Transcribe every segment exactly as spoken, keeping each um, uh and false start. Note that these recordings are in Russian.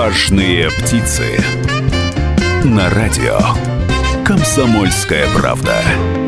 Важные птицы. На радио «Комсомольская правда».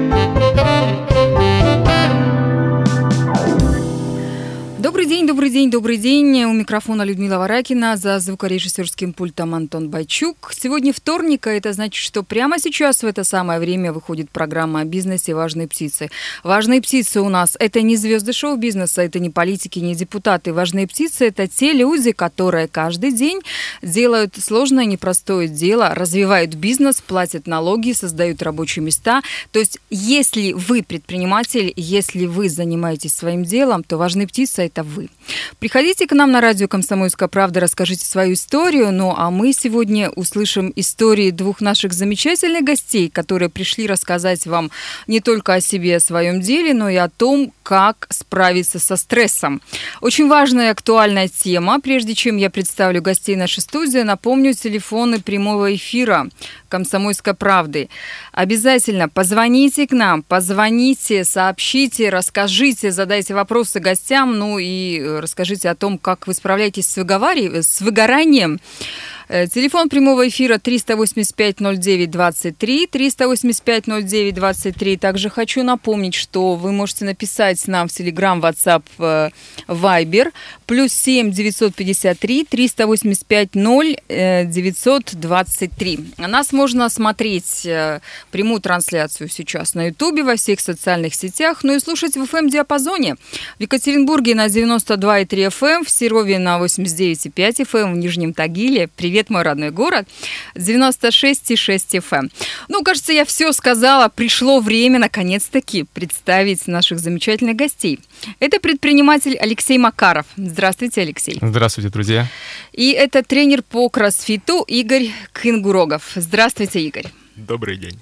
Добрый день, добрый день, добрый день. У микрофона Людмила Варакина, за звукорежиссерским пультом Антон Байчук. Сегодня вторник, а это значит, что прямо сейчас в это самое время выходит программа о бизнесе «Важные птицы». Важные птицы у нас – это не звезды шоу-бизнеса, это не политики, не депутаты. Важные птицы – это те люди, которые каждый день делают сложное, непростое дело, развивают бизнес, платят налоги, создают рабочие места. То есть, если вы предприниматель, если вы занимаетесь своим делом, то важные птицы – это вы. Приходите к нам на радио «Комсомольская правда», расскажите свою историю. Ну, а мы сегодня услышим истории двух наших замечательных гостей, которые пришли рассказать вам не только о себе, о своем деле, но и о том, как справиться со стрессом. Очень важная и актуальная тема. Прежде чем я представлю гостей нашей студии, напомню телефоны прямого эфира «Комсомольской правды». Обязательно позвоните к нам, позвоните, сообщите, расскажите, задайте вопросы гостям, ну и расскажите о том, как вы справляетесь с выговари... с выгоранием. Телефон прямого эфира триста восемьдесят пять ноль девять двадцать три, триста восемьдесят пять ноль девять двадцать три. Также хочу напомнить, что вы можете написать нам в Telegram, WhatsApp, Viber, плюс семь девятьсот пятьдесят три триста восемьдесят пять ноль девятьсот двадцать три. Нас можно смотреть прямую трансляцию сейчас на Ютубе, во всех социальных сетях, ну и слушать в эф эм-диапазоне. В Екатеринбурге на девяносто два и три эф эм, в Серове на восемьдесят девять и пять эф эм, в Нижнем Тагиле. Привет, мой родной город, девяносто шесть и шесть эф эм. Ну, кажется, я все сказала. Пришло время, наконец-таки, представить наших замечательных гостей. Это предприниматель Алексей Макаров. Здравствуйте, Алексей. Здравствуйте, друзья. И это тренер по кроссфиту Игорь Кенгурогов. Здравствуйте, Игорь. Добрый день.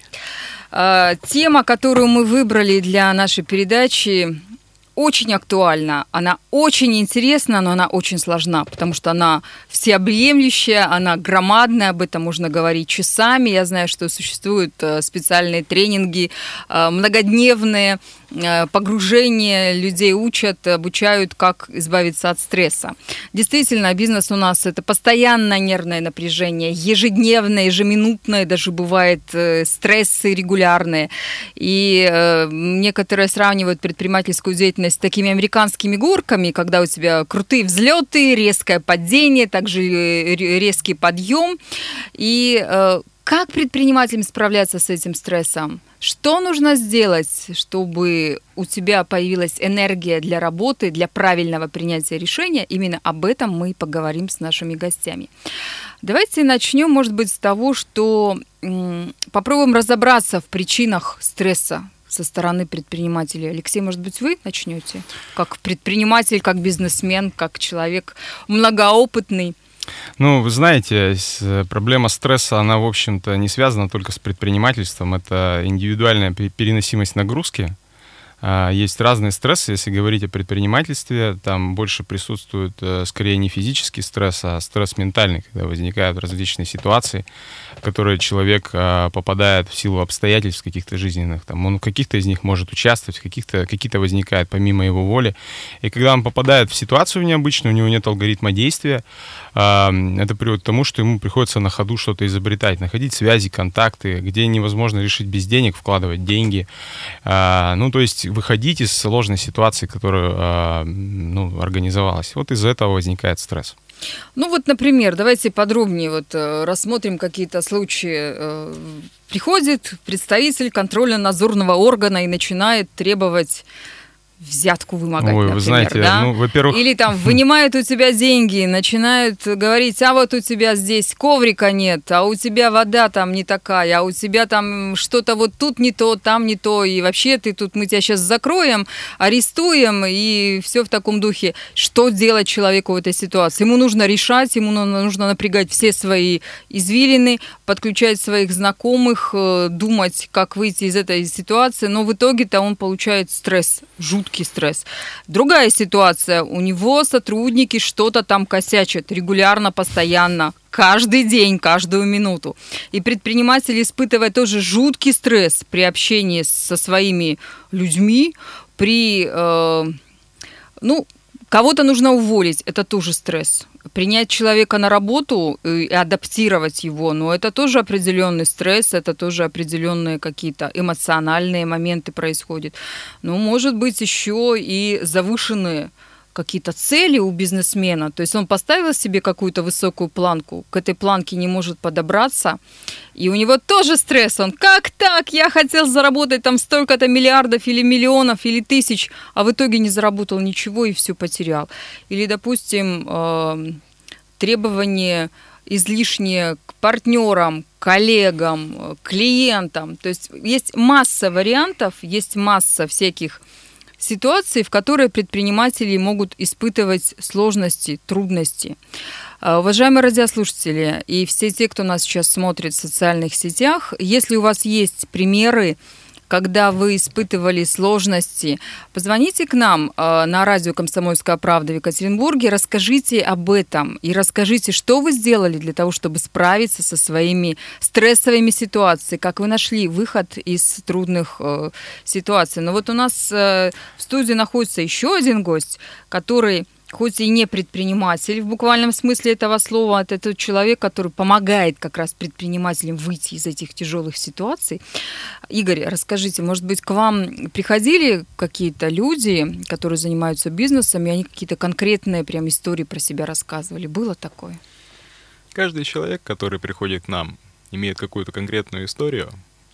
Тема, которую мы выбрали для нашей передачи, очень актуальна, она очень интересна, но она очень сложна, потому что она всеобъемлющая, она громадная, об этом можно говорить часами. Я знаю, что существуют специальные тренинги, многодневные погружения, людей учат, обучают, как избавиться от стресса. Действительно, бизнес у нас – это постоянное нервное напряжение, ежедневное, ежеминутное, даже бывает стрессы регулярные. И некоторые сравнивают предпринимательскую деятельность с такими американскими горками, когда у тебя крутые взлеты, резкое падение, также резкий подъем. И э, как предпринимателям справляться с этим стрессом? Что нужно сделать, чтобы у тебя появилась энергия для работы, для правильного принятия решения? Именно об этом мы поговорим с нашими гостями. Давайте начнем, может быть, с того, что м, попробуем разобраться в причинах стресса со стороны предпринимателей. Алексей, может быть, вы начнете? Как предприниматель, как бизнесмен, как человек многоопытный. Ну, вы знаете, проблема стресса, она, в общем-то, не связана только с предпринимательством. Это индивидуальная переносимость нагрузки. Есть разные стрессы, если говорить о предпринимательстве, там больше присутствует скорее не физический стресс, а стресс ментальный, когда возникают различные ситуации, в которые человек попадает в силу обстоятельств каких-то жизненных. Там, он в каких-то из них может участвовать, в каких-то, какие-то возникают помимо его воли. И когда он попадает в ситуацию необычную, у него нет алгоритма действия, это приводит к тому, что ему приходится на ходу что-то изобретать, находить связи, контакты, где невозможно решить без денег, вкладывать деньги. Ну, то есть выходить из сложной ситуации, которая ну, организовалась. Вот из-за этого возникает стресс. Ну вот, например, давайте подробнее вот рассмотрим какие-то случаи. Приходит представитель контрольно-надзорного органа и начинает требовать взятку вымогать, Ой, например, вы знаете, да? ну, во-первых... Или там вынимают у тебя деньги, начинают говорить, а вот у тебя здесь коврика нет, а у тебя вода там не такая, а у тебя там что-то вот тут не то, там не то, и вообще ты тут, мы тебя сейчас закроем, арестуем, и все в таком духе. Что делать человеку в этой ситуации? Ему нужно решать, ему нужно напрягать все свои извилины, подключать своих знакомых, думать, как выйти из этой ситуации, но в итоге-то он получает стресс, жуткий стресс. Другая ситуация. У него сотрудники что-то там косячат регулярно, постоянно, каждый день, каждую минуту. И предприниматель испытывает тоже жуткий стресс при общении со своими людьми, при, э, ну, Кого-то нужно уволить, это тоже стресс. Принять человека на работу и адаптировать его, но это тоже определенный стресс, это тоже определенные какие-то эмоциональные моменты происходят. Ну, может быть, еще и завышенные какие-то цели у бизнесмена. То есть он поставил себе какую-то высокую планку, к этой планке не может подобраться, и у него тоже стресс. Он: как так? Я хотел заработать там столько-то миллиардов или миллионов или тысяч, а в итоге не заработал ничего и все потерял. Или, допустим, э, требования излишние к партнерам, коллегам, клиентам. То есть есть масса вариантов, есть масса всяких ситуации, в которые предприниматели могут испытывать сложности, трудности. Уважаемые радиослушатели и все те, кто нас сейчас смотрит в социальных сетях, если у вас есть примеры, когда вы испытывали сложности, позвоните к нам на радио «Комсомольская правда» в Екатеринбурге, расскажите об этом и расскажите, что вы сделали для того, чтобы справиться со своими стрессовыми ситуациями, как вы нашли выход из трудных э, ситуаций. Но вот у нас э, в студии находится еще один гость, который хоть и не предприниматель в буквальном смысле этого слова, это тот человек, который помогает как раз предпринимателям выйти из этих тяжелых ситуаций. Игорь, расскажите, может быть, к вам приходили какие-то люди, которые занимаются бизнесом, и они какие-то конкретные прям истории про себя рассказывали? Было такое? Каждый человек, который приходит к нам, имеет какую-то конкретную историю,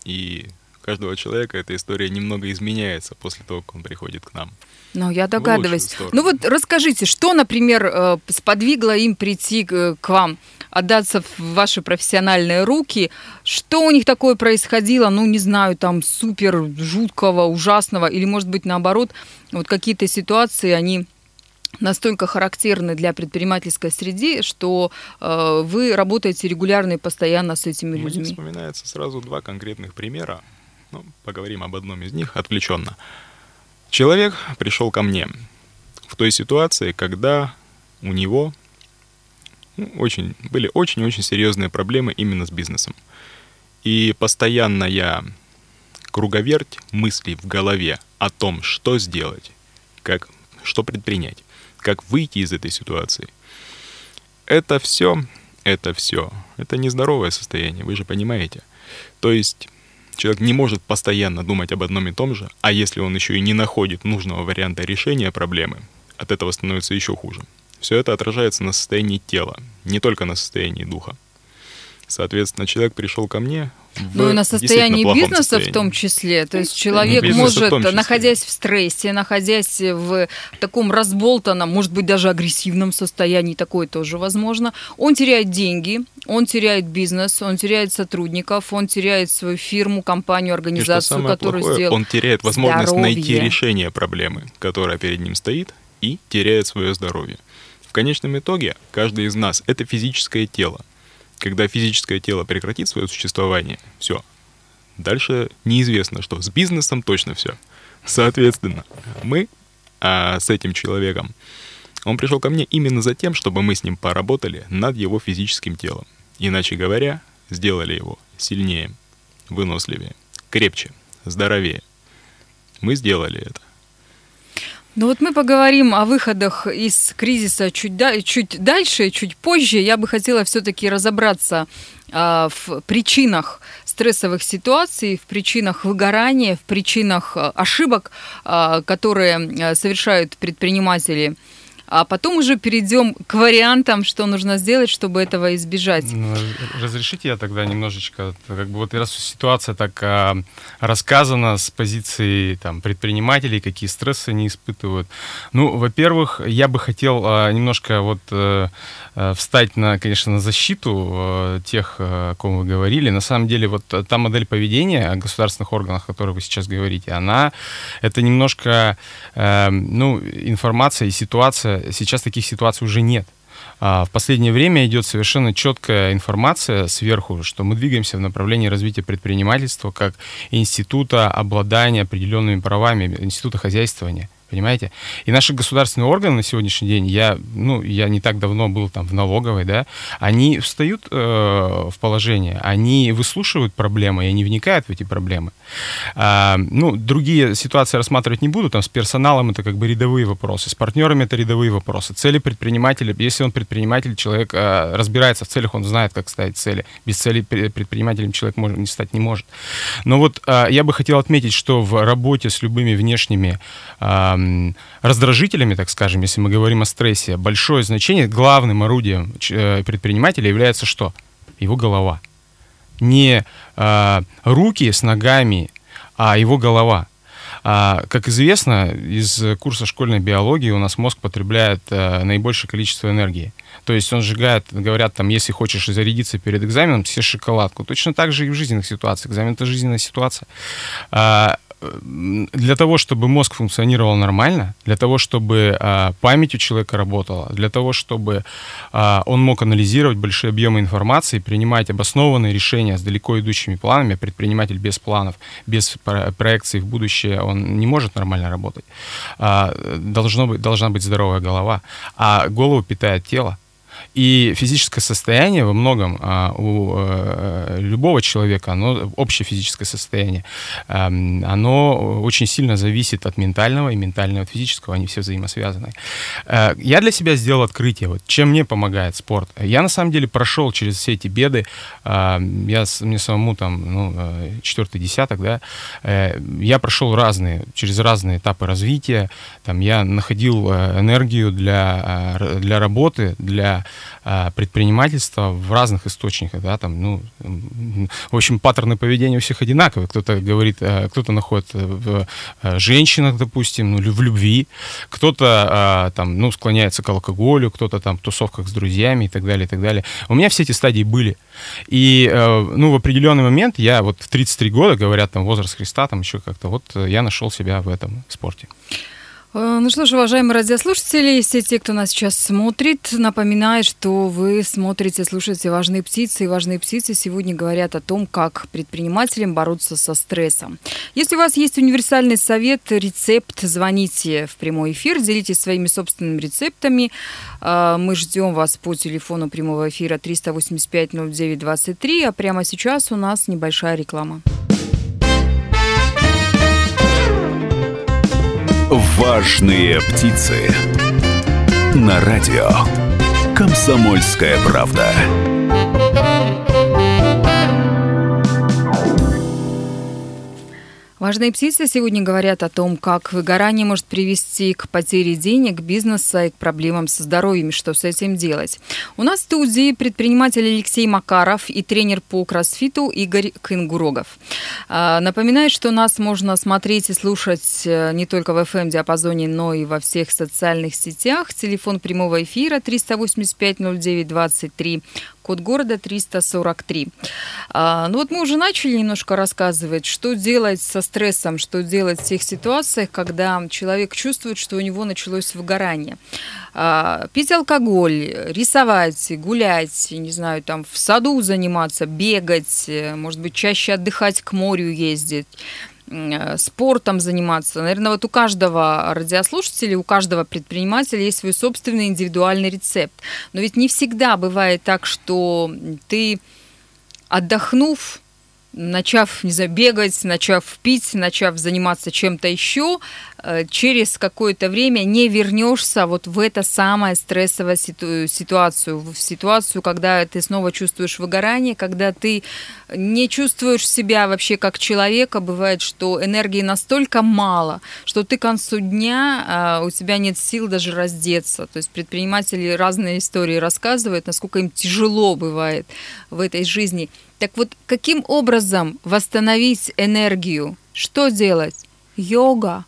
и у каждого человека эта история немного изменяется после того, как он приходит к нам. Ну, я догадываюсь. Ну вот расскажите, что, например, сподвигло им прийти к вам, отдаться в ваши профессиональные руки? Что у них такое происходило, ну, не знаю, там, супер жуткого, ужасного, или, может быть, наоборот, вот какие-то ситуации, они настолько характерны для предпринимательской среды, что э, вы работаете регулярно и постоянно с этими людьми? Мне вспоминается сразу два конкретных примера. Ну, поговорим об одном из них отвлеченно. Человек пришел ко мне в той ситуации, когда у него ну, очень, были очень-очень серьезные проблемы именно с бизнесом. И постоянная круговерть мыслей в голове о том, что сделать, как, что предпринять, как выйти из этой ситуации. Это все, это все, это нездоровое состояние, вы же понимаете. То есть человек не может постоянно думать об одном и том же, а если он еще и не находит нужного варианта решения проблемы, от этого становится еще хуже. Все это отражается на состоянии тела, не только на состоянии духа. Соответственно, человек пришел ко мне в ну и на состоянии бизнеса состоянии. В том числе. То есть человек ну, может, в находясь в стрессе, находясь в таком разболтанном, может быть, даже агрессивном состоянии, такое тоже возможно, он теряет деньги, он теряет бизнес, он теряет сотрудников, он теряет свою фирму, компанию, организацию, которую плохое, сделал. Он теряет возможность здоровье. найти решение проблемы, которая перед ним стоит, и теряет свое здоровье. В конечном итоге каждый из нас — это физическое тело. Когда физическое тело прекратит свое существование, все. Дальше неизвестно что. С бизнесом точно все. Соответственно, мы а, с этим человеком, он пришел ко мне именно за тем, чтобы мы с ним поработали над его физическим телом. Иначе говоря, сделали его сильнее, выносливее, крепче, здоровее. Мы сделали это. Ну вот мы поговорим о выходах из кризиса чуть, да, чуть дальше, чуть позже. Я бы хотела все-таки разобраться а, в причинах стрессовых ситуаций, в причинах выгорания, в причинах ошибок, а, которые совершают предприниматели. А потом уже перейдем к вариантам, что нужно сделать, чтобы этого избежать. Ну, разрешите я тогда немножечко, как бы вот раз ситуация так а, рассказана с позиции там, предпринимателей, какие стрессы они испытывают. Ну, во-первых, я бы хотел а, немножко вот а, встать на, конечно, на защиту а, тех, о ком вы говорили. На самом деле, вот та модель поведения о государственных органах, о которой вы сейчас говорите, она, это немножко, а, ну, информация и ситуация. Сейчас таких ситуаций уже нет. В последнее время идет совершенно четкая информация сверху, что мы двигаемся в направлении развития предпринимательства как института обладания определенными правами, института хозяйствования. Понимаете? И наши государственные органы на сегодняшний день, я, ну, я не так давно был там в налоговой, да, они встают э, в положение, они выслушивают проблемы, и они вникают в эти проблемы. А, ну, другие ситуации рассматривать не буду, там с персоналом это как бы рядовые вопросы, с партнерами это рядовые вопросы. Цели предпринимателя, если он предприниматель, человек э, разбирается в целях, он знает, как ставить цели. Без цели предпринимателем человек может, не стать не может. Но вот э, я бы хотел отметить, что в работе с любыми внешними э, раздражителями, так скажем, если мы говорим о стрессе, большое значение, главным орудием предпринимателя является что? Его голова. Не э, руки с ногами, а его голова. А, как известно, из курса школьной биологии у нас мозг потребляет э, наибольшее количество энергии. То есть он сжигает, говорят, там, если хочешь зарядиться перед экзаменом, съешь шоколадку. Точно так же и в жизненных ситуациях. Экзамен — это жизненная ситуация. А, для того, чтобы мозг функционировал нормально, для того, чтобы а, память у человека работала, для того, чтобы а, он мог анализировать большие объемы информации, принимать обоснованные решения с далеко идущими планами, предприниматель без планов, без про- проекций в будущее, он не может нормально работать. А, должно быть, должна быть здоровая голова, а голову питает тело. И физическое состояние во многом а, у а, любого человека, оно, общее физическое состояние, а, оно очень сильно зависит от ментального и ментального от физического, они все взаимосвязаны. А, я для себя сделал открытие, вот, чем мне помогает спорт. Я на самом деле прошел через все эти беды, а, я, мне самому там, ну, четвертый десяток, да, я прошел разные, через разные этапы развития, там, я находил энергию для, для работы, для предпринимательства в разных источниках, да, там, ну, в общем, паттерны поведения у всех одинаковые. Кто-то говорит, кто-то находит в женщинах, допустим, ну, в любви, кто-то там, ну, склоняется к алкоголю, кто-то там в тусовках с друзьями и так далее, и так далее. У меня все эти стадии были. И, ну, в определенный момент я вот в тридцать три года, говорят, там, возраст Христа, там, еще как-то, вот я нашел себя в этом спорте. Ну что ж, уважаемые радиослушатели, все те, кто нас сейчас смотрит, напоминаю, что вы смотрите, слушаете «Важные птицы». И «Важные птицы» сегодня говорят о том, как предпринимателям бороться со стрессом. Если у вас есть универсальный совет, рецепт, звоните в прямой эфир, делитесь своими собственными рецептами. Мы ждем вас по телефону прямого эфира триста восемьдесят пять ноль девять двадцать три, а прямо сейчас у нас небольшая реклама. Важные птицы. На радио «Комсомольская правда». Важные птицы сегодня говорят о том, как выгорание может привести к потере денег, бизнеса и к проблемам со здоровьем, что с этим делать. У нас в студии предприниматель Алексей Макаров и тренер по кроссфиту Игорь Кынгурогов. Напоминаю, что нас можно смотреть и слушать не только в эф эм-диапазоне, но и во всех социальных сетях. Телефон прямого эфира триста восемьдесят пять ноль девять двадцать три. Код города триста сорок три. А, ну вот мы уже начали немножко рассказывать, что делать со стрессом, что делать в тех ситуациях, когда человек чувствует, что у него началось выгорание. А, пить алкоголь, рисовать, гулять, не знаю, там в саду заниматься, бегать, может быть, чаще отдыхать, к морю ездить, спортом заниматься. Наверное, вот у каждого радиослушателя, у каждого предпринимателя есть свой собственный индивидуальный рецепт. Но ведь не всегда бывает так, что ты, отдохнув, начав, не знаю, бегать, начав пить, начав заниматься чем-то еще, через какое-то время не вернешься вот в это самое стрессовую ситуацию, в ситуацию, когда ты снова чувствуешь выгорание, когда ты не чувствуешь себя вообще как человека. Бывает, что энергии настолько мало, что ты к концу дня, у тебя нет сил даже раздеться. То есть предприниматели разные истории рассказывают, насколько им тяжело бывает в этой жизни. Так вот, каким образом восстановить энергию? Что делать? Йога?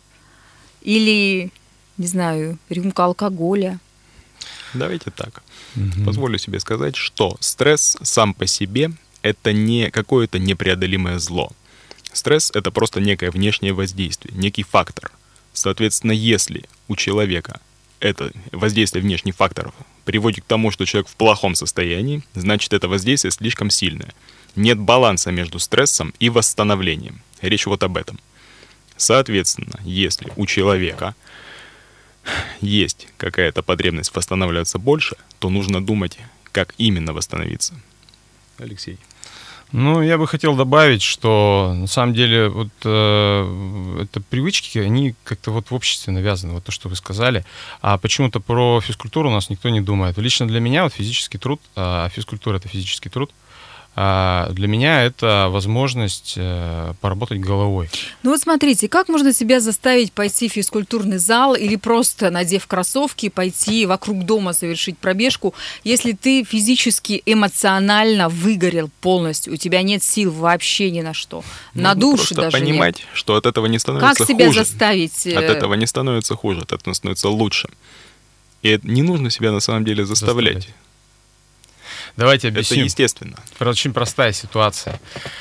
Или, не знаю, рюмка алкоголя? Давайте так. Mm-hmm. Позволю себе сказать, что стресс сам по себе — это не какое-то непреодолимое зло. Стресс — это просто некое внешнее воздействие, некий фактор. Соответственно, если у человека это воздействие внешних факторов приводит к тому, что человек в плохом состоянии, значит, это воздействие слишком сильное. Нет баланса между стрессом и восстановлением. Речь вот об этом. Соответственно, если у человека есть какая-то потребность восстанавливаться больше, то нужно думать, как именно восстановиться. Алексей. Ну, я бы хотел добавить, что на самом деле вот э, это привычки, они как-то вот в обществе навязаны, вот то, что вы сказали. А почему-то про физкультуру у нас никто не думает. Лично для меня вот физический труд, а физкультура — это физический труд, а для меня это возможность э, поработать головой. Ну вот смотрите, как можно себя заставить пойти в физкультурный зал или просто, надев кроссовки, пойти вокруг дома совершить пробежку, если ты физически, эмоционально выгорел полностью, у тебя нет сил вообще ни на что, Ну, на душ просто даже понимать, нет. что от этого не становится Как себя хуже. заставить? э, От этого не становится хуже, от этого становится лучше. И это не нужно себя на самом деле заставлять. Заставлять. Давайте Это объясню. естественно. Очень простая ситуация.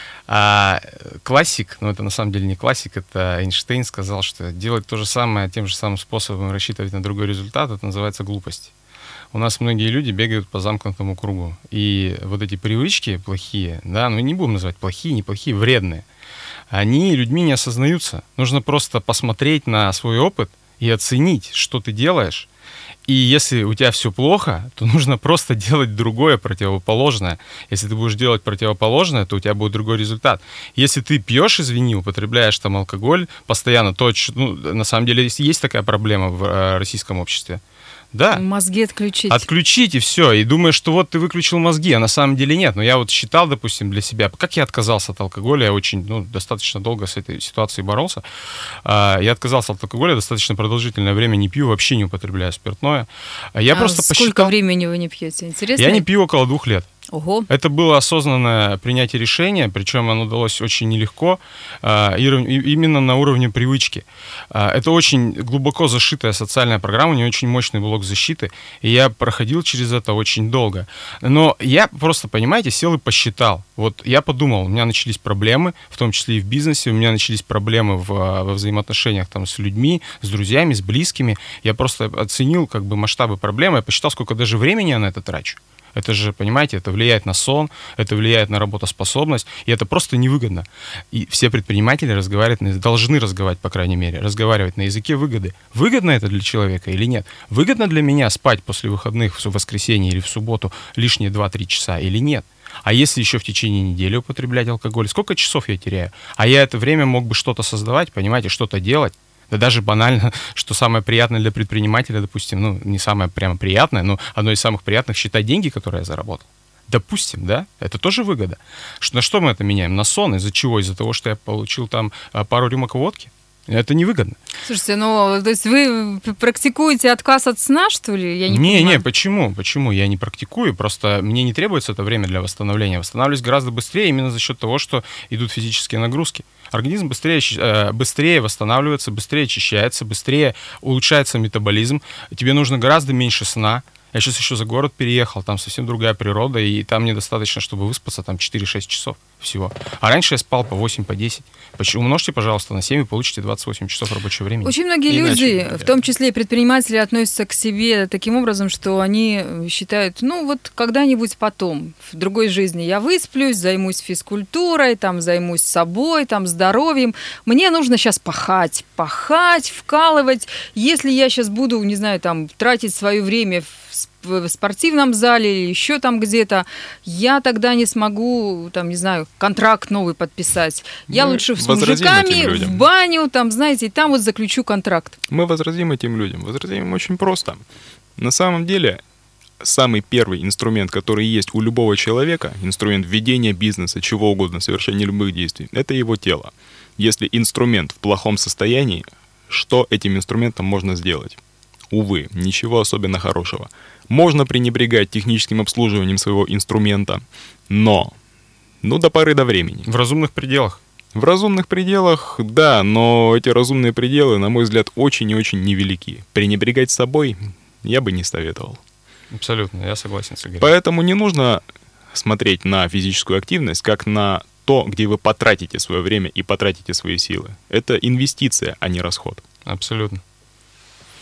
А, классик, ну это на самом деле не классик, это Эйнштейн сказал, что делать то же самое тем же самым способом, рассчитывать на другой результат, это называется глупость. У нас многие люди бегают по замкнутому кругу. И вот эти привычки плохие, да, ну не будем называть плохие, неплохие, вредные, они людьми не осознаются. Нужно просто посмотреть на свой опыт и оценить, что ты делаешь. И если у тебя все плохо, то нужно просто делать другое, противоположное. Если ты будешь делать противоположное, то у тебя будет другой результат. Если ты пьешь, извини, употребляешь там алкоголь постоянно, то ну, на самом деле есть, есть такая проблема в э, российском обществе. Да. Мозги отключить. Отключить и все. И думаешь, что вот ты выключил мозги, а на самом деле нет. Но я вот считал, допустим, для себя, как я отказался от алкоголя, я очень, ну, достаточно долго с этой ситуацией боролся. Я отказался от алкоголя, достаточно продолжительное время не пью, вообще не употребляю спиртное. Я а просто сколько посчитал... времени вы не пьете? Интересно? Я не пью около двух лет. Ого. Это было осознанное принятие решения, причем оно далось очень нелегко, а, и, и именно на уровне привычки. А, это очень глубоко зашитая социальная программа, у нее очень мощный блок защиты, и я проходил через это очень долго. Но я просто, понимаете, сел и посчитал. Вот я подумал, у меня начались проблемы, в том числе и в бизнесе, у меня начались проблемы в, во взаимоотношениях там, с людьми, с друзьями, с близкими. Я просто оценил как бы масштабы проблемы, я посчитал, сколько даже времени я на это трачу. Это же, понимаете, это влияет на сон, это влияет на работоспособность, и это просто невыгодно. И все предприниматели разговаривают, должны разговаривать, по крайней мере, разговаривать на языке выгоды. Выгодно это для человека или нет? Выгодно для меня спать после выходных в воскресенье или в субботу лишние два-три часа или нет? А если еще в течение недели употреблять алкоголь, сколько часов я теряю? А я это время мог бы что-то создавать, понимаете, что-то делать. Да даже банально, что самое приятное для предпринимателя, допустим, ну, не самое прямо приятное, но одно из самых приятных — считать деньги, которые я заработал. Допустим, да, это тоже выгода. Что, на что мы это меняем? На сон. Из-за чего? Из-за того, что я получил там пару рюмок водки? Это невыгодно. Слушайте, ну, то есть вы практикуете отказ от сна, что ли? Я не Не, понимаю. не, почему? Почему? Я не практикую, просто мне не требуется это время для восстановления. Восстанавливаюсь гораздо быстрее именно за счет того, что идут физические нагрузки. Организм быстрее, быстрее восстанавливается, быстрее очищается, быстрее улучшается метаболизм. Тебе нужно гораздо меньше сна. Я сейчас еще за город переехал, там совсем другая природа, и там мне достаточно, чтобы выспаться, там четыре-шесть часов всего. А раньше я спал по восемь, по десять. Умножьте, пожалуйста, на семь, и получите двадцать восемь часов рабочего времени. Очень многие Иначе, люди, да. в том числе и предприниматели, относятся к себе таким образом, что они считают, ну вот когда-нибудь потом, в другой жизни я высплюсь, займусь физкультурой, там, займусь собой, там, здоровьем. Мне нужно сейчас пахать, пахать, вкалывать. Если я сейчас буду, не знаю, там, тратить свое время в спортивном зале или еще там где-то, я тогда не смогу, там, не знаю, контракт новый подписать. Я Мы лучше с возразим этим мужиками в людям. баню, там, знаете, и там вот заключу контракт. Мы возразим этим людям. Возразим им очень просто. На самом деле, самый первый инструмент, который есть у любого человека, инструмент ведения бизнеса, чего угодно, совершения любых действий, это его тело. Если инструмент в плохом состоянии, что этим инструментом можно сделать? Увы, ничего особенно хорошего. Можно пренебрегать техническим обслуживанием своего инструмента, но, ну, до поры до времени. В разумных пределах. В разумных пределах, да, но эти разумные пределы, на мой взгляд, очень и очень невелики. Пренебрегать собой я бы не советовал. Абсолютно, я согласен с Игорем. Поэтому не нужно смотреть на физическую активность как на то, где вы потратите свое время и потратите свои силы. Это инвестиция, а не расход. Абсолютно.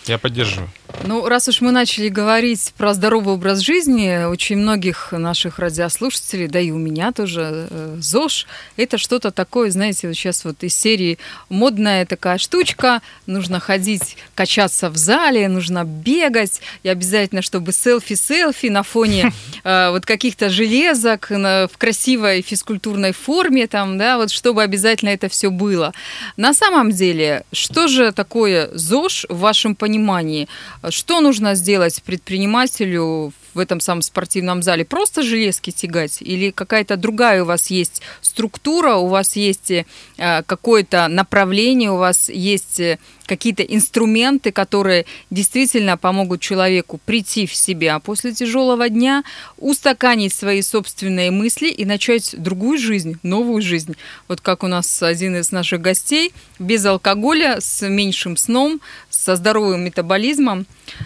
Я поддерживаю. Ну, раз уж мы начали говорить про здоровый образ жизни, очень многих наших радиослушателей, да и у меня тоже, э, ЗОЖ, это что-то такое, знаете, вот сейчас вот из серии модная такая штучка, нужно ходить, качаться в зале, нужно бегать, и обязательно, чтобы селфи-селфи на фоне э, вот каких-то железок на, в красивой физкультурной форме, там, да, вот чтобы обязательно это все было. На самом деле, что же такое ЗОЖ в вашем понимании? Что нужно сделать предпринимателю в этом самом спортивном зале? Просто железки тягать? Или какая-то другая у вас есть структура, у вас есть э, какое-то направление, у вас есть э, какие-то инструменты, которые действительно помогут человеку прийти в себя после тяжелого дня, устаканить свои собственные мысли и начать другую жизнь, новую жизнь. Вот как у нас один из наших гостей, без алкоголя, с меньшим сном, со здоровым метаболизмом.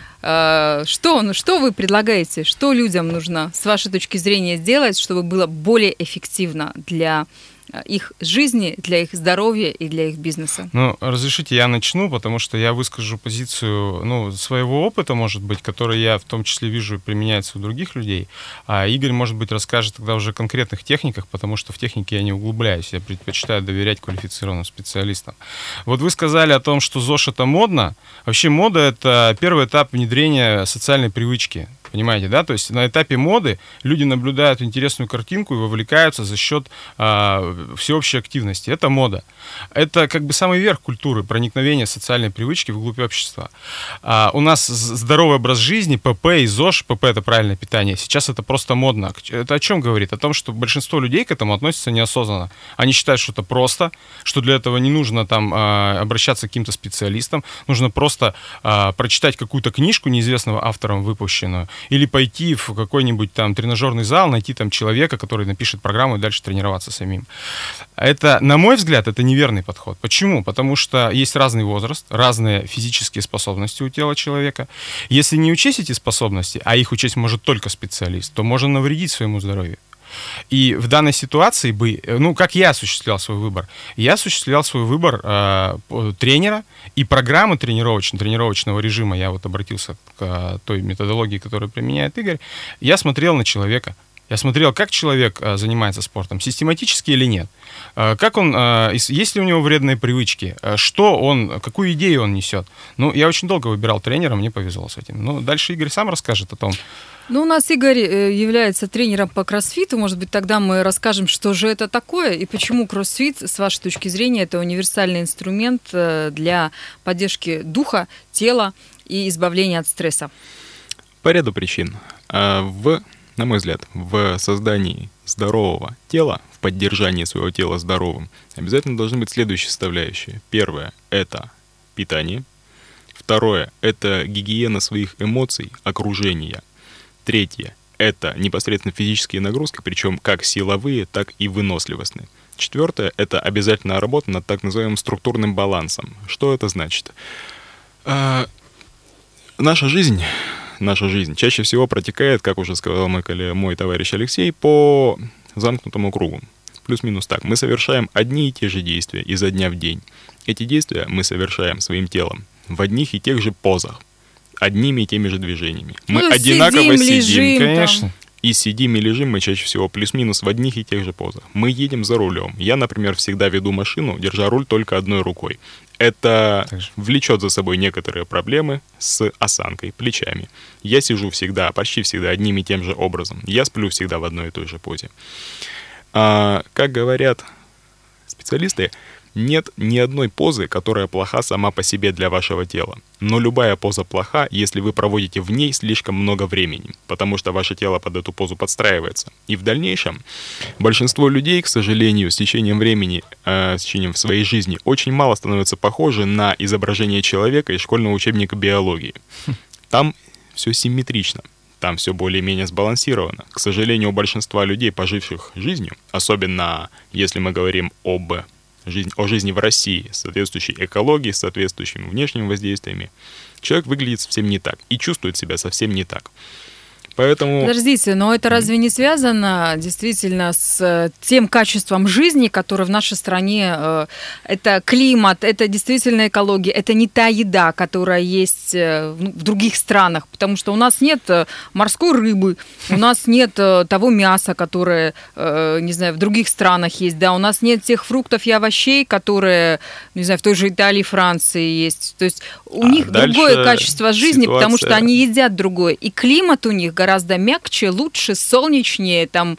Что, что вы предлагаете? Что людям нужно, с вашей точки зрения, сделать, чтобы было более эффективно для их жизни, для их здоровья и для их бизнеса? Ну, разрешите, я начну, потому что я выскажу позицию, ну, своего опыта, может быть, который я в том числе вижу и применяется у других людей. А Игорь, может быть, расскажет тогда уже о конкретных техниках, потому что в технике я не углубляюсь. Я предпочитаю доверять квалифицированным специалистам. Вот вы сказали о том, что ЗОЖ — это модно. Вообще мода — это первый этап внедрения социальной привычки. Понимаете, да? То есть на этапе моды люди наблюдают интересную картинку и вовлекаются за счет а, всеобщей активности. Это мода. Это как бы самый верх культуры, проникновения социальной привычки вглубь общества. А, у нас здоровый образ жизни, ПП и ЗОЖ, ПП — это правильное питание. Сейчас это просто модно. Это о чем говорит? О том, что большинство людей к этому относятся неосознанно. Они считают, что это просто, что для этого не нужно там а, обращаться к каким-то специалистам, нужно просто а, прочитать какую-то книжку неизвестного автором выпущенную, или пойти в какой-нибудь там тренажерный зал, найти там человека, который напишет программу и дальше тренироваться самим. Это, на мой взгляд, это неверный подход. Почему? Потому что есть разный возраст, разные физические способности у тела человека. Если не учесть эти способности, а их учесть может только специалист, то можно навредить своему здоровью. И в данной ситуации бы, ну, как я осуществлял свой выбор? Я осуществлял свой выбор э, тренера и программы тренировочного, тренировочного режима. Я вот обратился к э, той методологии, которую применяет Игорь. Я смотрел на человека. Я смотрел, как человек э, занимается спортом, систематически или нет. Э, как он, э, есть ли у него вредные привычки, э, что он, какую идею он несет. Ну, я очень долго выбирал тренера, мне повезло с этим. Ну, дальше Игорь сам расскажет о том. Ну, у нас Игорь является тренером по кроссфиту. Может быть, тогда мы расскажем, что же это такое и почему кроссфит, с вашей точки зрения, это универсальный инструмент для поддержки духа, тела и избавления от стресса. По ряду причин. В, на мой взгляд, в создании здорового тела, в поддержании своего тела здоровым, обязательно должны быть следующие составляющие. Первое – это питание. Второе – это гигиена своих эмоций, окружения. Третье – это непосредственно физические нагрузки, причем как силовые, так и выносливостные. Четвертое – это обязательная работа над так называемым структурным балансом. Что это значит? А, наша жизнь, наша жизнь чаще всего протекает, как уже сказал мой, коллега, мой товарищ Алексей, по замкнутому кругу. Плюс-минус так. Мы совершаем одни и те же действия изо дня в день. Эти действия мы совершаем своим телом в одних и тех же позах, одними и теми же движениями. Мы ну, одинаково сидим, сидим, лежим, конечно. И сидим и лежим мы чаще всего плюс-минус в одних и тех же позах. Мы едем за рулем. Я, например, всегда веду машину, держа руль только одной рукой. Это влечет за собой некоторые проблемы с осанкой, плечами. Я сижу всегда, почти всегда одним и тем же образом. Я сплю всегда в одной и той же позе. А, как говорят специалисты, нет ни одной позы, которая плоха сама по себе для вашего тела. Но любая поза плоха, если вы проводите в ней слишком много времени, потому что ваше тело под эту позу подстраивается. И в дальнейшем большинство людей, к сожалению, с течением времени, э, с течением своей жизни, очень мало становятся похожи на изображение человека из школьного учебника биологии. Там все симметрично. Там все более-менее сбалансировано. К сожалению, у большинства людей, поживших жизнью, особенно если мы говорим об жизни, о жизни в России, с соответствующей экологией, с соответствующими внешними воздействиями, человек выглядит совсем не так и чувствует себя совсем не так. Поэтому... Подождите, но это разве не связано действительно с тем качеством жизни, которое в нашей стране, это климат, это действительно экология, это не та еда, которая есть в других странах, потому что у нас нет морской рыбы, у нас нет того мяса, которое, не знаю, в других странах есть, да, у нас нет тех фруктов и овощей, которые, не знаю, в той же Италии, Франции есть. То есть у а них другое качество жизни, ситуация... потому что они едят другое. И климат у них гораздо мягче, лучше, солнечнее, там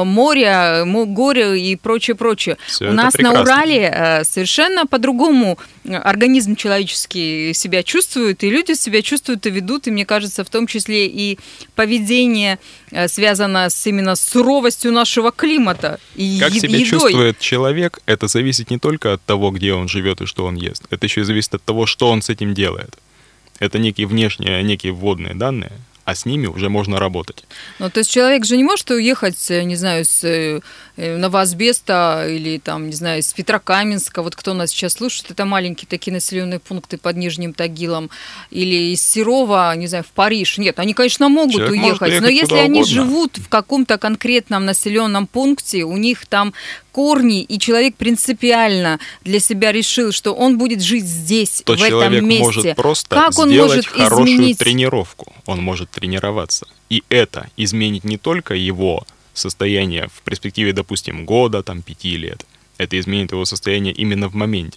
море, горе и прочее, прочее. Все у нас прекрасно. На Урале совершенно по-другому организм человеческий себя чувствует, и люди себя чувствуют и ведут, и мне кажется, в том числе и поведение связано с именно суровостью нашего климата и как е- себя едой. Чувствует человек, это зависит не только от того, где он живет и что он ест, это еще и зависит от того, что он с этим делает. Это некие внешние, некие вводные данные, а с ними уже можно работать. Ну, то есть человек же не может уехать, не знаю, с Новоазбеста или, там, не знаю, с Петрокаменска, вот кто нас сейчас слушает, это маленькие такие населенные пункты под Нижним Тагилом, или из Серова, не знаю, в Париж. Нет, они, конечно, могут человек уехать, но если они угодно. Живут в каком-то конкретном населенном пункте, у них там корни, и человек принципиально для себя решил, что он будет жить здесь, то в этом месте. То человек может просто как он сделать может хорошую изменить... тренировку. Он может тренироваться. И это изменит не только его состояние в перспективе, допустим, года, там, пяти лет. Это изменит его состояние именно в моменте.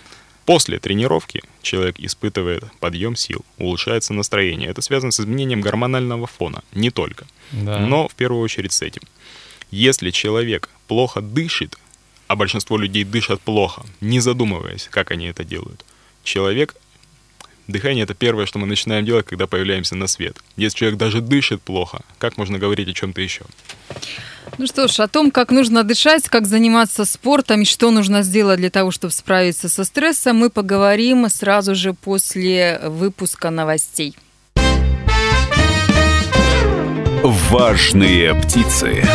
После тренировки человек испытывает подъем сил, улучшается настроение. Это связано с изменением гормонального фона. Не только. Да. Но в первую очередь с этим. Если человек плохо дышит, а большинство людей дышат плохо, не задумываясь, как они это делают, человек... Дыхание — это первое, что мы начинаем делать, когда появляемся на свет. Если человек даже дышит плохо, как можно говорить о чем-то еще? Ну что ж, о том, как нужно дышать, как заниматься спортом и что нужно сделать для того, чтобы справиться со стрессом, мы поговорим сразу же после выпуска новостей. Важные птицы.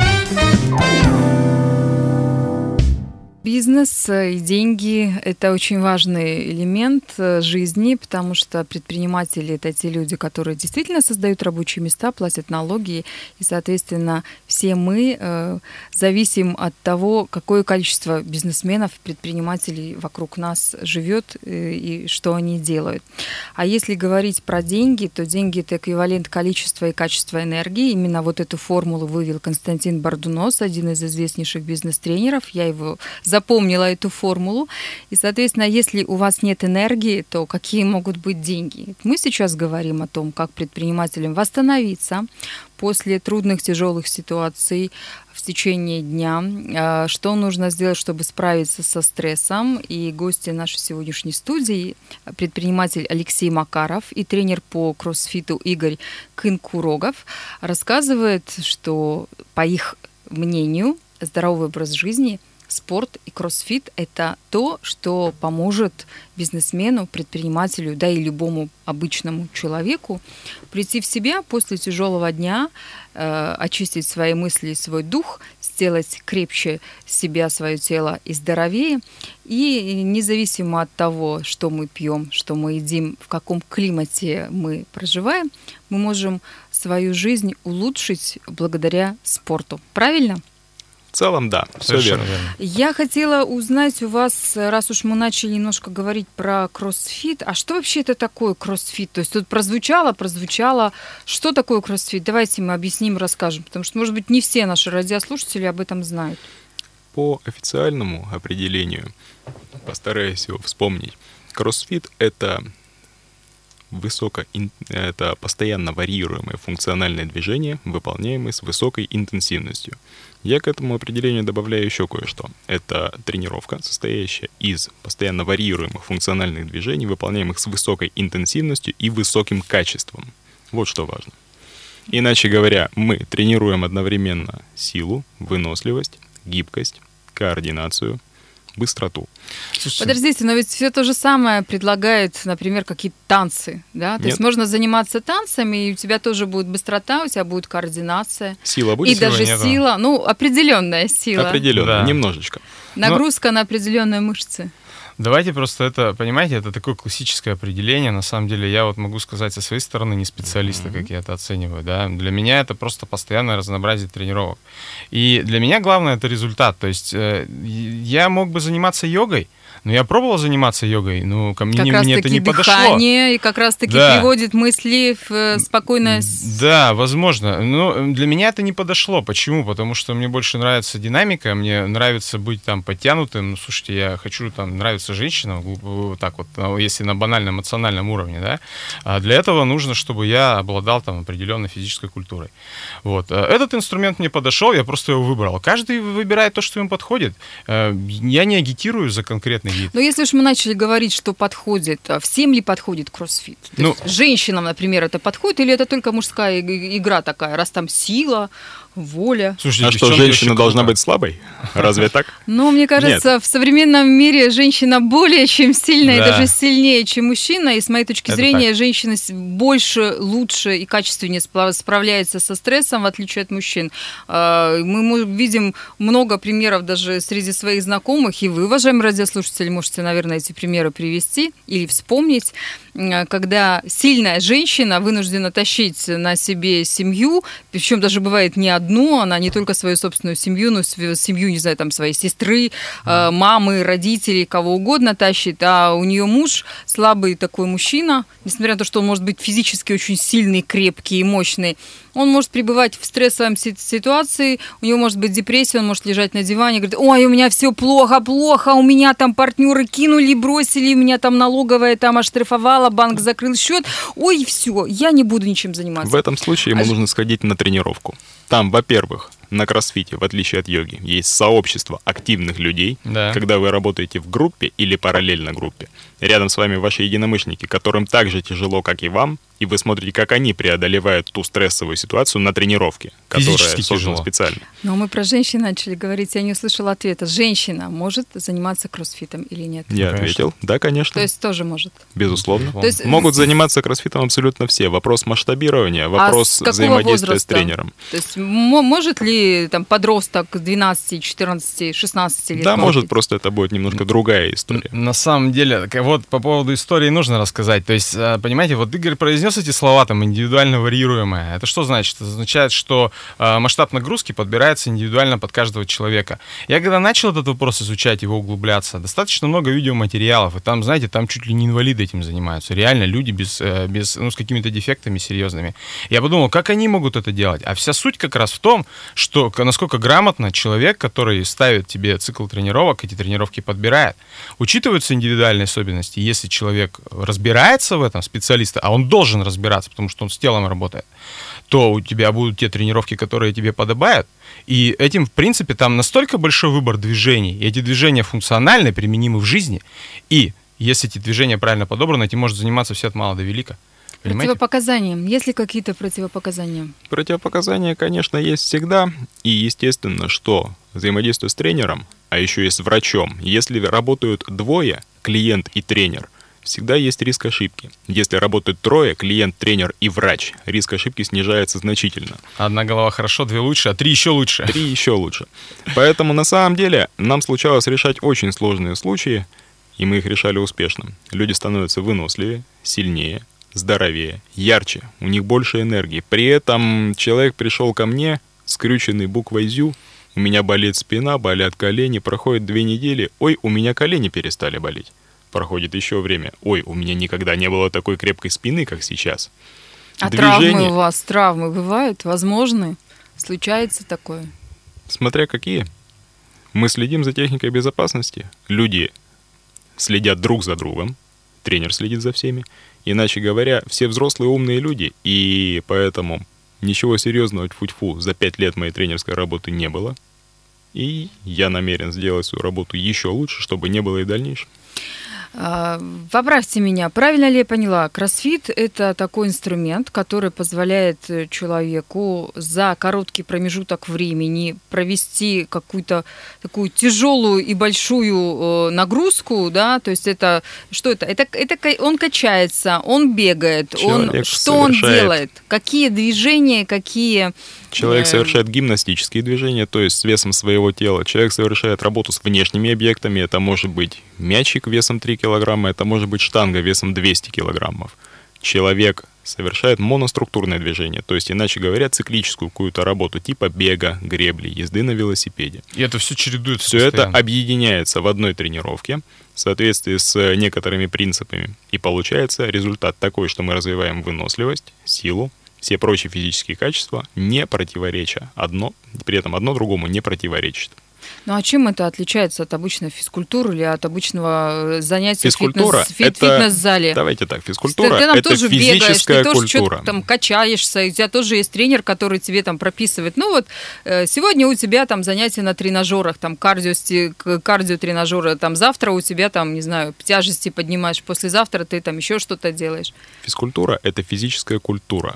Бизнес и деньги – это очень важный элемент жизни, потому что предприниматели – это те люди, которые действительно создают рабочие места, платят налоги, и, соответственно, все мы э, зависим от того, какое количество бизнесменов, предпринимателей вокруг нас живет э, и что они делают. А если говорить про деньги, то деньги – это эквивалент количества и качества энергии. Именно вот эту формулу вывел Константин Бардунос, один из известнейших бизнес-тренеров. Я его запомнила эту формулу. И, соответственно, если у вас нет энергии, то какие могут быть деньги? Мы сейчас говорим о том, как предпринимателям восстановиться после трудных, тяжелых ситуаций в течение дня, что нужно сделать, чтобы справиться со стрессом. И гости нашей сегодняшней студии – предприниматель Алексей Макаров и тренер по кроссфиту Игорь Кынкурогов рассказывает, что, по их мнению, здоровый образ жизни – спорт и кроссфит – это то, что поможет бизнесмену, предпринимателю, да и любому обычному человеку прийти в себя после тяжелого дня, э, очистить свои мысли и свой дух, сделать крепче себя, свое тело и здоровее. И независимо от того, что мы пьем, что мы едим, в каком климате мы проживаем, мы можем свою жизнь улучшить благодаря спорту. Правильно? В целом, да, все верно. верно. Я хотела узнать у вас, раз уж мы начали немножко говорить про кроссфит, а что вообще это такое кроссфит? То есть тут прозвучало, прозвучало, что такое кроссфит? Давайте мы объясним, расскажем, потому что, может быть, не все наши радиослушатели об этом знают. По официальному определению, постараюсь его вспомнить, кроссфит — это высоко, это постоянно варьируемые функциональные движения, выполняемые с высокой интенсивностью. Я к этому определению добавляю еще кое-что. Это тренировка, состоящая из постоянно варьируемых функциональных движений, выполняемых с высокой интенсивностью и высоким качеством. Вот что важно. Иначе говоря, мы тренируем одновременно силу, выносливость, гибкость, координацию, быстроту. Слушайте, подождите, но ведь все то же самое предлагает, например, какие-то танцы, да? То Нет. есть можно заниматься танцами, и у тебя тоже будет быстрота, у тебя будет координация. Сила будет? И сила даже нету. Сила, ну, определенная сила. Определенная, да. Немножечко. Нагрузка но... на определенные мышцы. Давайте просто это, понимаете, это такое классическое определение. На самом деле, я вот могу сказать со своей стороны, не специалиста, mm-hmm. как я это оцениваю, да. Для меня это просто постоянное разнообразие тренировок. И для меня главное — это результат. То есть э, я мог бы заниматься йогой, но я пробовал заниматься йогой, но ко мне, как не, раз мне таки это не подошло. Дыхание, и как раз-таки да. приводит мысли в спокойное... Да, возможно. Но для меня это не подошло. Почему? Потому что мне больше нравится динамика, мне нравится быть там подтянутым. Ну, слушайте, я хочу, там, нравится женщина, вот так вот, если на банальном эмоциональном уровне, да. А для этого нужно, чтобы я обладал там определенной физической культурой. Вот. Этот инструмент мне подошел, я просто его выбрал. Каждый выбирает то, что ему подходит. Я не агитирую за конкретный вид. Но если уж мы начали говорить, что подходит, всем ли подходит кроссфит? То ну, есть женщинам, например, это подходит, или это только мужская игра такая, раз там сила, воля? Слушайте, а что, женщина должна быть слабой? Разве так? Ну, мне кажется, Нет. в современном мире женщина более чем сильная, да. и даже сильнее, чем мужчина. И с моей точки это зрения, так. женщина больше, лучше и качественнее справляется со стрессом, в отличие от мужчин. Мы видим много примеров даже среди своих знакомых, и вы, уважаемые радиослушатели, можете, наверное, эти примеры привести или вспомнить, когда сильная женщина вынуждена тащить на себе семью, причем даже бывает не одну, она не только свою собственную семью, но и семью, не знаю, там, своей сестры, mm. мамы, родителей, кого угодно тащит, а у нее муж слабый такой мужчина, несмотря на то, что он может быть физически очень сильный, крепкий и мощный, он может пребывать в стрессовой ситуации, у него может быть депрессия, он может лежать на диване и говорит: ой, у меня все плохо, плохо, у меня там партнеры кинули, бросили, меня там налоговая там оштрафовала, банк закрыл счет, ой, все, я не буду ничем заниматься. В этом случае ему а... нужно сходить на тренировку. Там, во-первых, на кроссфите, в отличие от йоги, есть сообщество активных людей, да. когда вы работаете в группе или параллельно группе. Рядом с вами ваши единомышленники, которым так же тяжело, как и вам, и вы смотрите, как они преодолевают ту стрессовую ситуацию на тренировке, которая создана специально. Но мы про женщин начали говорить, я не услышала ответа. Женщина может заниматься кроссфитом или нет? Я конечно. ответил, да, конечно. То есть тоже может? Безусловно. То есть... Могут заниматься кроссфитом абсолютно все. Вопрос масштабирования, вопрос а взаимодействия возраста? с тренером. То есть может ли там подросток двенадцати, четырнадцати, шестнадцати лет? Да, может, просто это будет немножко другая история. На самом деле, вот по поводу истории нужно рассказать. То есть, понимаете, вот Игорь произнес эти слова, там, индивидуально варьируемое. Это что значит? Это означает, что э, масштаб нагрузки подбирается индивидуально под каждого человека. Я когда начал этот вопрос изучать, его углубляться, достаточно много видеоматериалов, и там, знаете, там чуть ли не инвалиды этим занимаются. Реально люди без, э, без, ну, с какими-то дефектами серьезными. Я подумал, как они могут это делать? А вся суть как раз в том, что насколько грамотно человек, который ставит тебе цикл тренировок, эти тренировки подбирает. Учитываются индивидуальные особенности. Если человек разбирается в этом, специалист, а он должен разбираться, потому что он с телом работает, то у тебя будут те тренировки, которые тебе подобают. И этим, в принципе, там настолько большой выбор движений, и эти движения функциональны, применимы в жизни. И если эти движения правильно подобраны, этим может заниматься все от мала до велика. Понимаете? Противопоказания. Есть ли какие-то противопоказания? Противопоказания, конечно, есть всегда. И естественно, что взаимодействие с тренером, а еще и с врачом, если работают двое, клиент и тренер, всегда есть риск ошибки. Если работают трое, клиент, тренер и врач, риск ошибки снижается значительно. Одна голова хорошо, две лучше, а три еще лучше. Три еще лучше. Поэтому на самом деле нам случалось решать очень сложные случаи, и мы их решали успешно. Люди становятся выносливее, сильнее, здоровее, ярче, у них больше энергии. При этом человек пришел ко мне, скрюченный буквой «зю», у меня болит спина, болят колени, проходит две недели, ой, у меня колени перестали болеть. Проходит еще время. Ой, у меня никогда не было такой крепкой спины, как сейчас. А Движение... травмы у вас, травмы бывают? Возможны? Случается такое? Смотря какие. Мы следим за техникой безопасности. Люди следят друг за другом. Тренер следит за всеми. Иначе говоря, все взрослые умные люди. И поэтому ничего серьезного, тьфу-тьфу, за пять лет моей тренерской работы не было. И я намерен сделать свою работу еще лучше, чтобы не было и в дальнейшем. Поправьте меня, правильно ли я поняла? Кроссфит – это такой инструмент, который позволяет человеку за короткий промежуток времени провести какую-то такую тяжелую и большую нагрузку, да? То есть это что это? Это, это он качается, он бегает, он, что он делает? Какие движения, какие… Человек совершает гимнастические движения, то есть с весом своего тела. Человек совершает работу с внешними объектами. Это может быть мячик весом три килограмма, это может быть штанга весом двести килограммов. Человек совершает моноструктурное движение, то есть, иначе говоря, циклическую какую-то работу типа бега, гребли, езды на велосипеде. И это все чередуется Все постоянно. Это объединяется в одной тренировке в соответствии с некоторыми принципами. И получается результат такой, что мы развиваем выносливость, силу, все прочие физические качества, не противореча. Одно, при этом одно другому не противоречит. Ну а чем это отличается от обычной физкультуры или от обычного занятия физкультура в фитнес, это, фитнес-зале? Давайте так, физкультура ты, ты это тоже физическая бегаешь, ты культура. Тоже там качаешься, и у тебя тоже есть тренер, который тебе там прописывает. Ну вот сегодня у тебя там занятия на тренажерах, там кардио, кардиотренажеры, там завтра у тебя там, не знаю, тяжести поднимаешь, послезавтра ты там еще что-то делаешь. Физкультура это физическая культура.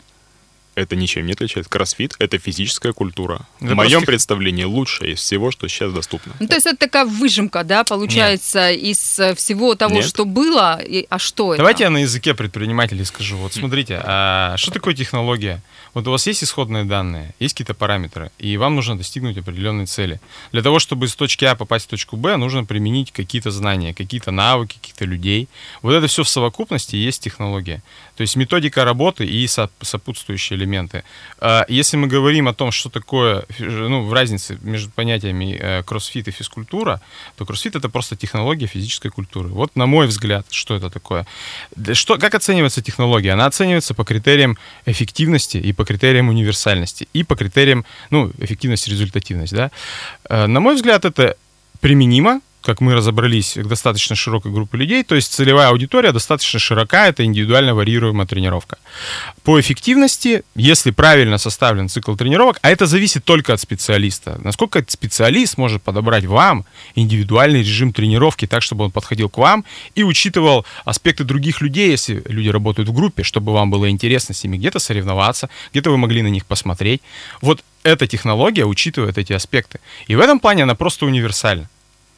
Это ничем не отличается. Кроссфит — это физическая культура. Это в моем просто... представлении лучшее из всего, что сейчас доступно. Ну, то есть это такая выжимка, да, получается, Нет. из всего того, Нет. что было, и... а что это? Давайте я на языке предпринимателей скажу. Вот смотрите, а что такое технология? Вот у вас есть исходные данные, есть какие-то параметры, и вам нужно достигнуть определенной цели. Для того, чтобы из точки А попасть в точку Б, нужно применить какие-то знания, какие-то навыки, каких-то людей. Вот это все в совокупности и есть технология. То есть методика работы и сопутствующие элементы. Если мы говорим о том, что такое, ну, в разнице между понятиями кроссфит и физкультура, то кроссфит — это просто технология физической культуры. Вот на мой взгляд, что это такое. Что, как оценивается технология? Она оценивается по критериям эффективности и по критериям универсальности, и по критериям, ну, эффективность и результативность, да. На мой взгляд, это применимо, как мы разобрались, к достаточно широкой группе людей, то есть целевая аудитория достаточно широка, это индивидуально варьируемая тренировка. По эффективности, если правильно составлен цикл тренировок, а это зависит только от специалиста, насколько специалист может подобрать вам индивидуальный режим тренировки так, чтобы он подходил к вам и учитывал аспекты других людей, если люди работают в группе, чтобы вам было интересно с ними где-то соревноваться, где-то вы могли на них посмотреть. Вот эта технология учитывает эти аспекты. И в этом плане она просто универсальна.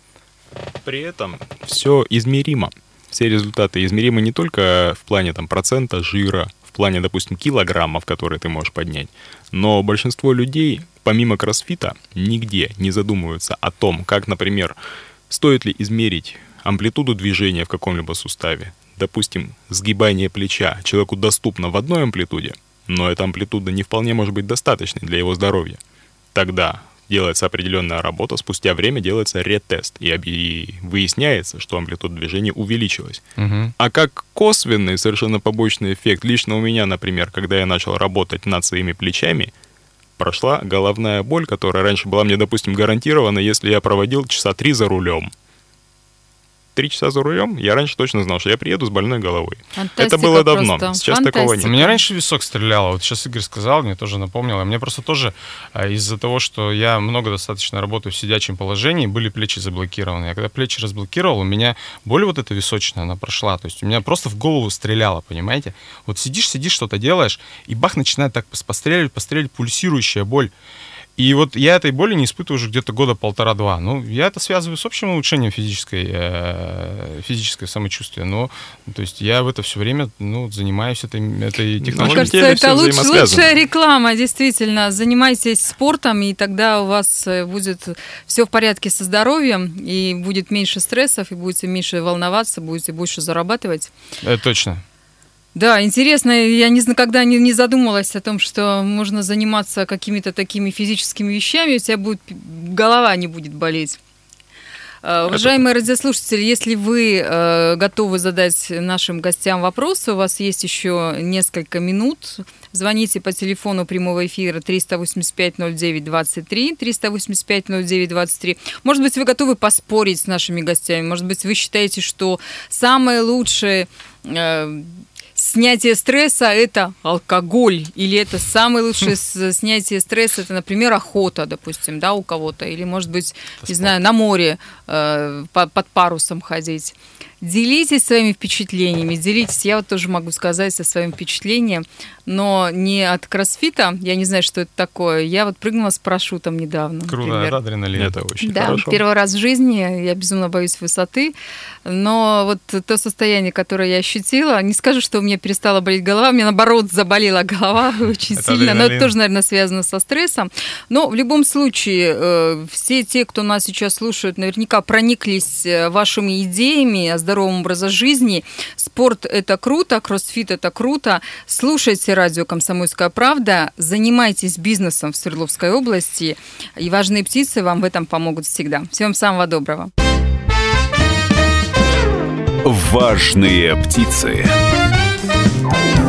При этом все измеримо. Все результаты измеримы не только в плане там, процента жира, в плане, допустим, килограммов, которые ты можешь поднять, но большинство людей, помимо кроссфита, нигде не задумываются о том, как, например, стоит ли измерить амплитуду движения в каком-либо суставе. Допустим, сгибание плеча человеку доступно в одной амплитуде, но эта амплитуда не вполне может быть достаточной для его здоровья. Тогда делается определенная работа, спустя время делается ретест, и, и выясняется, что амплитуда движения увеличилась. Угу. А как косвенный, совершенно побочный эффект, лично у меня, например, когда я начал работать над своими плечами, прошла головная боль, которая раньше была мне, допустим, гарантирована, если я проводил часа три за рулем. Три часа за рулем, я раньше точно знал, что я приеду с больной головой. Фантастика. Это было давно, просто. Сейчас Фантастика. такого нет. У меня раньше висок стрелял, вот сейчас Игорь сказал, мне тоже напомнило. Мне просто тоже из-за того, что я много достаточно работаю в сидячем положении, были плечи заблокированы. Я когда плечи разблокировал, у меня боль вот эта височная, она прошла. То есть у меня просто в голову стреляло, понимаете? Вот сидишь, сидишь, что-то делаешь, и бах, начинает так постреливать, постреливать, пульсирующая боль. И вот я этой боли не испытываю уже где-то года полтора-два. Ну, я это связываю с общим улучшением физической, э, физического самочувствия. Но, то есть я в это все время, ну, занимаюсь этой, этой технологией. Мне кажется, это луч, лучшая реклама, действительно. Занимайтесь спортом, и тогда у вас будет все в порядке со здоровьем, и будет меньше стрессов, и будете меньше волноваться, будете больше зарабатывать. Это точно. Да, интересно, я никогда не, не задумывалась о том, что можно заниматься какими-то такими физическими вещами, у тебя будет, голова не будет болеть. Это... Уважаемые радиослушатели, если вы э, готовы задать нашим гостям вопросы, у вас есть еще несколько минут. Звоните по телефону прямого эфира триста восемьдесят пять ноль девять двадцать три, триста восемьдесят пять ноль девять двадцать три. Может быть, вы готовы поспорить с нашими гостями, может быть, вы считаете, что самое лучшее... Э, снятие стресса – это алкоголь, или это самое лучшее снятие стресса – это, например, охота, допустим, да, у кого-то, или, может быть, это не спорт. Знаю, на море э, под парусом ходить. Делитесь своими впечатлениями, делитесь. Я вот тоже могу сказать со своим впечатлением, но не от кроссфита, я не знаю, что это такое. Я вот прыгнула с парашютом недавно. Круто, например. это адреналин. Это очень Да, хорошо. первый раз в жизни, я безумно боюсь высоты, но вот то состояние, которое я ощутила, не скажу, что у меня перестала болеть голова, у меня наоборот заболела голова очень Это сильно, но адреналин. это тоже, наверное, связано со стрессом. Но в любом случае, э, все те, кто нас сейчас слушают, наверняка прониклись э, вашими идеями о здоровом образе жизни. Спорт – это круто, кроссфит – это круто. Слушайте радио «Комсомольская правда», занимайтесь бизнесом в Свердловской области, и «Важные птицы» вам в этом помогут всегда. Всем самого доброго. Важные птицы.